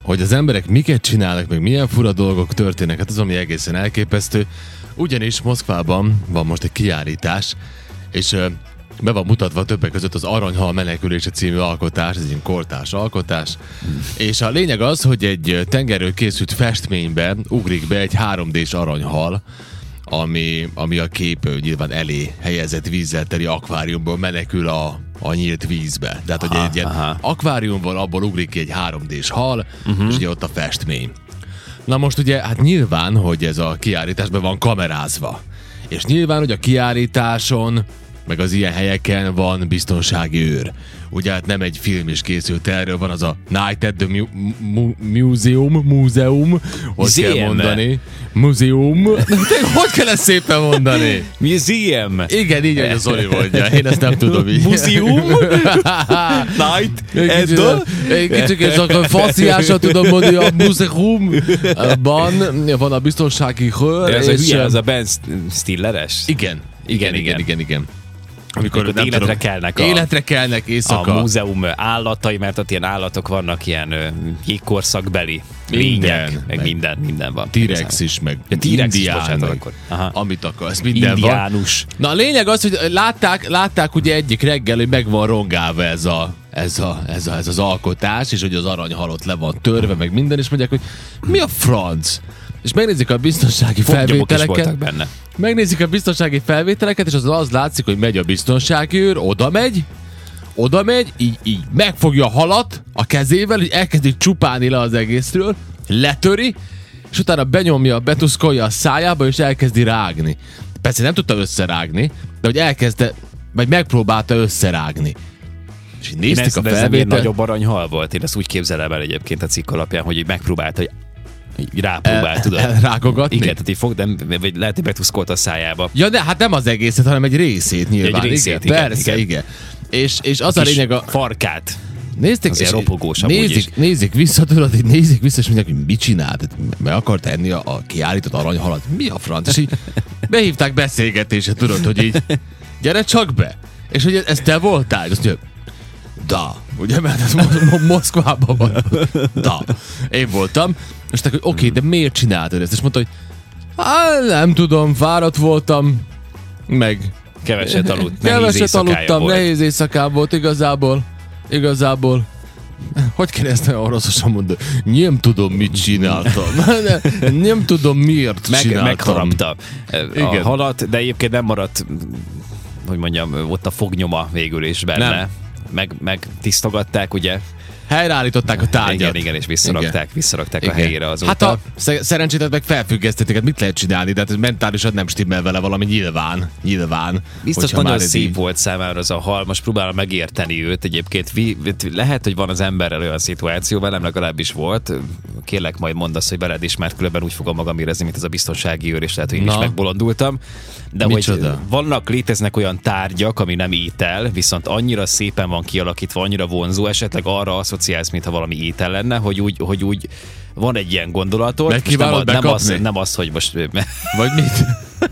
hogy az emberek miket csinálnak, meg milyen fura dolgok történnek, hát az, ami egészen elképesztő. Ugyanis Moszkvában van most egy kiállítás, és be van mutatva többek között az Aranyhal menekülése című alkotás, ez egy kortárs alkotás, és a lényeg az, hogy egy tengerről készült festménybe ugrik be egy 3D-s aranyhal, ami a kép nyilván elé helyezett vízzel teli akváriumból menekül a nyílt vízbe. Tehát, hogy egy ilyen akváriumból abból ugrik ki egy 3D-s hal, és ugye ott a festmény. Na most ugye, hát nyilván, hogy ez a kiállításban van kamerázva. És nyilván, hogy a kiállításon, meg az ilyen helyeken van biztonsági őr. Ugye hát nem egy film is készült erről, van az a Night at the Museum, hogy kell mondani. Museum. Hogy kell ezt szépen mondani? Museum. Igen, így, hogy a Zoli mondja. Én ezt nem tudom így. Museum. Night at the... Egy kicsit ez a fasziásra tudom mondani, a Museumban van a biztonsági őr. Ez a Ben Stilleres? Igen. Amikor életre kelnek életre kelnek éjszaka. A múzeum állatai, mert ott ilyen állatok vannak, ilyen jégkorszakbeli lények, meg minden van. T-rex is, meg indián, amit akarsz, minden indiánus. Van. Na a lényeg az, hogy látták ugye egyik reggel, hogy meg van rongálva ez az alkotás, és hogy az aranyhalott le van törve, meg minden, és mondják, hogy mi a franc? És megnézik a biztonsági felvételeket. Megnézik a biztonsági felvételeket, és az látszik, hogy megy a biztonsági őr, oda megy, így megfogja a halat a kezével, hogy elkezdi csupálni le az egészről, letöri, és utána betuszkolja a szájába, és elkezdi rágni. Persze nem tudta összerágni, de hogy elkezdte, vagy megpróbálta összerágni. És így nézték a felvételt. Ez nagyobb aranyhal volt, én ezt úgy képzelem el egyébként a cikk alapján, hogy megpróbált, hogy rápróbált, tudod. Rákogatni? Igen, tehát így vagy lehet, hogy betuszkolt a szájába. Ja, de hát nem az egészet, hanem egy részét nyilván. Egy részét, igen. Persze, igen. És az a lényeg a... farkát. Nézték, és ropogós nézik vissza, tudod, így nézik vissza, és mondják, hogy mit csinált? Meg akart enni a kiállított aranyhalat. Mi a franc? És így behívták beszélgetésre, tudod, hogy így gyere csak be. És hogy ez te voltál? És azt mondja, da. Ugye, mert ez Moszkvában van. Da. Én voltam. És hogy oké, de miért csináltad ezt? És mondta, hogy nem tudom, fáradt voltam, meg keveset aludtam, nehéz éjszakám volt igazából. Hogy kell ezt nagyon oroszosan mondani? Nem tudom, mit csináltam. Nem tudom, miért csináltam. Megharapta a halat, de egyébként nem maradt, hogy mondjam, ott a fognyoma végül is benne. Nem. Meg tisztogatták, ugye? Helyreállították a tárgyat. Igen, és visszarakták a helyére azóta. Hát a szerencsétet meg felfüggesztették, hát mit lehet csinálni? De hát mentálisan nem stimmel vele valami nyilván. Biztos nagyon szép volt számára az a hal, most próbálom megérteni őt egyébként. Lehet, hogy van az emberrel olyan szituáció, velem legalábbis volt. Kérlek, majd mondd azt, hogy veled is, mert különben úgy fogom magam érezni, mint ez a biztonsági őr, és lehet, hogy én is megbolondultam. De hogy léteznek olyan tárgyak, ami nem étel, viszont annyira szépen van kialakítva, annyira vonzó, esetleg arra asszociálsz, mintha valami étel lenne, hogy úgy van egy ilyen gondolatod. Nem az, hogy most... Vagy mit?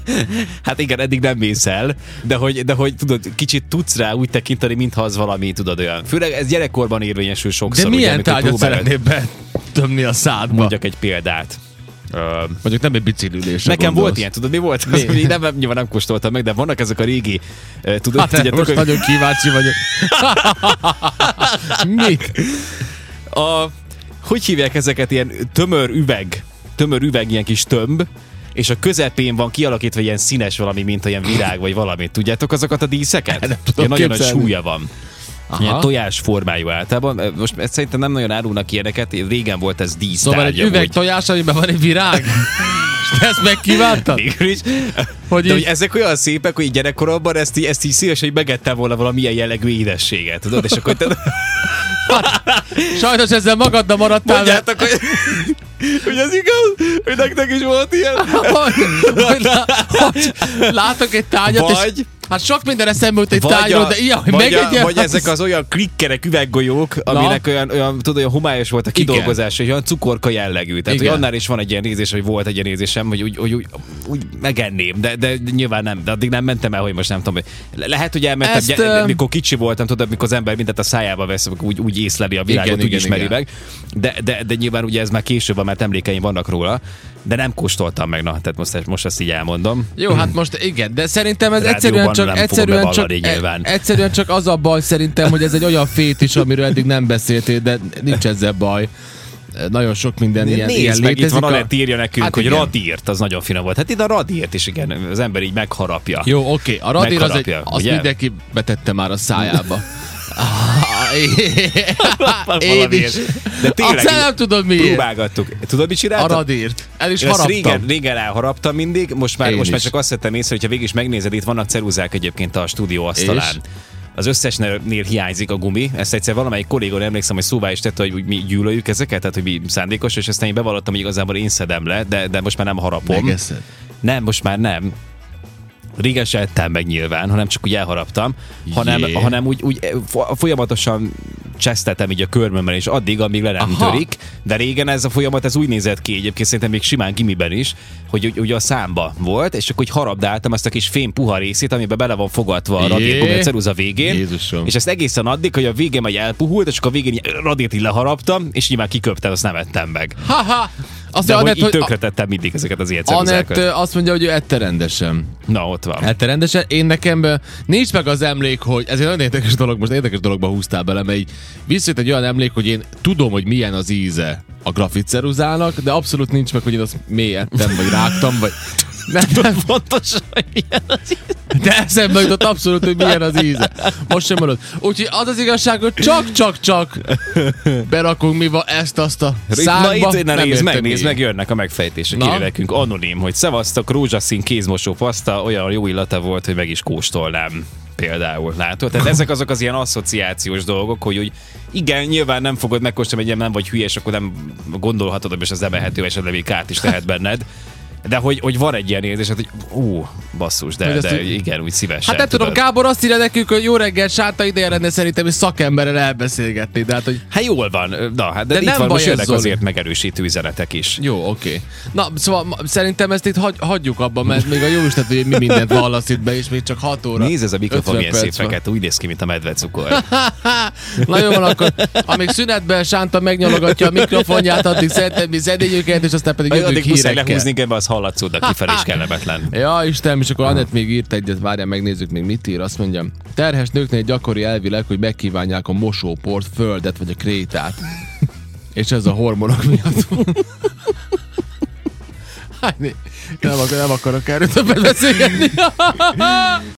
Hát igen, eddig nem mész el, de hogy tudod, kicsit tudsz rá úgy tekinteni, mintha az valami, tudod, olyan. Főleg ez gyerekkorban érvényesül sokszor. De milyen tárgyat szeretnél betömni a szádba? Mondjak egy példát. Mondjuk nem egy biciklülésre nekem gondolsz. Volt ilyen, tudod, mi volt? Nyilván nem kóstoltam meg, de vannak ezek a régi, tudod? Hát tudjátok, most nagyon kíváncsi vagyok. Mit? Hogy hívják ezeket, ilyen tömör üveg, ilyen kis tömb, és a közepén van kialakítva ilyen színes valami, mint olyan virág, vagy valami. Tudjátok azokat a díszeket? Nem tudom, nagyon nagy súlya van. Aha. Ilyen tojás formájú általában. Most ezt szerintem nem nagyon árulnak ilyeneket, régen volt ez dísztárgya. Szóval egy üveg tojás, amiben van egy virág? És ezt megkívántad? Hogy ezek olyan szépek, hogy gyerekkoromban ezt így szívesen megettem volna valamilyen jellegű édességet, tudod? És akkor hát, sajnos ezzel magaddal maradtál. Mondjátok, hogy az igaz, hogy nektek is volt ilyen? Hogy látok egy tárgyat, Hát sok minden eszembe jut egy tárgyról, de ilyen, hogy megegyen. Vagy ezek az olyan klikkerek, üveggolyók, aminek olyan, tudod, olyan homályos volt a kidolgozás, hogy olyan cukorka jellegű. Tehát, hogy annál is van egy ilyen érzés, hogy volt egy ilyen érzésem, hogy úgy megenném, de nyilván nem. De addig nem mentem el, hogy most nem tudom. Lehet, hogy elmentem, mikor kicsi voltam, tudod, mikor az ember mindent a szájába vesz, úgy észleli a világot, úgy ismeri meg. De nyilván ugye ez már később van, mert emlékeim vannak róla. De nem kóstoltam meg, na, tehát most ezt így elmondom. Jó, hát most igen, de szerintem ez egyszerűen csak az a baj szerintem, hogy ez egy olyan fétis, amiről eddig nem beszéltél, de nincs ezzel baj. Nagyon sok minden ilyen létezik. Itt van, Anett írja nekünk, hát hogy igen. Radírt, az nagyon finom volt. Hát itt a radírt is, igen, az ember így megharapja. Jó, oké, a radír az mindenki betette már a szájába. Én is. De tényleg azt nem tudod miért. Próbálgattuk. Tudod, mit csináltam? A radírt. El is haraptam. Régen elharaptam mindig, most már csak azt vettem észre, hogyha végig is megnézed, itt vannak ceruzák egyébként a stúdió asztalán. Az összesnél hiányzik a gumi. Ezt egyszer valamelyik kollégón emlékszem, hogy szóvá is tette, hogy mi gyűlöljük ezeket, tehát hogy mi szándékos, és aztán én bevallottam, hogy igazából én szedem le, de most már nem harapom. Megeszed? Nem, most már nem. Régen se ettem meg nyilván, hanem csak úgy elharaptam, hanem úgy folyamatosan csesztetem így a körmömmel, és addig, amíg le nem törik. De régen ez a folyamat ez úgy nézett ki, egyébként szerintem még simán gimiben is, hogy ugye a számba volt, és akkor úgy harabdáltam ezt a kis fém puha részét, amiben bele van fogadva a radírgumi a ceruza végén. Jézusom. És ezt egészen addig, hogy a végén majd elpuhult, és akkor a végén radírt így leharaptam, és nyilván kiköptem, azt nem ettem meg. De hogy így tönkretettem mindig ezeket az ilyen ceruzákat. Anett azt mondja, hogy ő ette rendesen. Na, ott van. Ette rendesen. Én nekem nincs meg az emlék, hogy ez egy nagyon érdekes dolog, most érdekes dologba húztál bele, mert így visszajött egy olyan emlék, hogy én tudom, hogy milyen az íze a grafit ceruzának, de abszolút nincs meg, hogy én azt mély ettem, vagy rágtam, vagy... Nem fontos, hogy milyen az íze. De eszembe jutott abszolút, hogy milyen az íze. Most sem mondod. Úgyhogy az az igazság, hogy csak berakunk mi van ezt-azt a szánkba. Na itt nézd meg, jönnek a megfejtések. Írja nekünk anonim, hogy szevasztok, rózsaszín kézmosó paszta, olyan jó illata volt, hogy meg is kóstolnám. Például, látod? Tehát ezek azok az ilyen asszociációs dolgok, hogy úgy igen, nyilván nem fogod megkóstolni, hogy nem vagy hülye, és akkor nem gondolhatod, hogy ez emelhető, esetleg még kárt is tehet benned. De hogy van egy ilyen érzés, hogy basszus, de igen, úgy szívesen. Hát nem tudom, Gábor azt írja nekünk, hogy jó reggel, Sánta ideje lenne szerintem, hogy szakemberrel elbeszélgetni. De hát, hogy... Hát jól van, de itt van, most jönnek azért megerősítő üzenetek is. Jó, oké. Na, szóval szerintem ezt itt hagyjuk abban, mert még a jó Isten, hogy mi mindent vallasz itt be, és még csak 6 óra. Nézd, ez a mikrofon milyen szép fekete, úgy néz ki, mint a medvecukor. Na jó van, akkor amíg szünetben Sánta megnyalogatja a mikrofonját, addig szerintem mi zedélyük és aztán pedig jövünk hírekkel. Hallatszód, de kifelé is kellemetlen. Ja, Isten, és akkor Anett még írt egyet, várjál, megnézzük még mit ír. Azt mondja, terhes nőknél gyakori elvileg, hogy megkívánják a mosóport, földet vagy a krétát. És ez a hormonok miatt van. Nem akarok erről többet beszélgetni.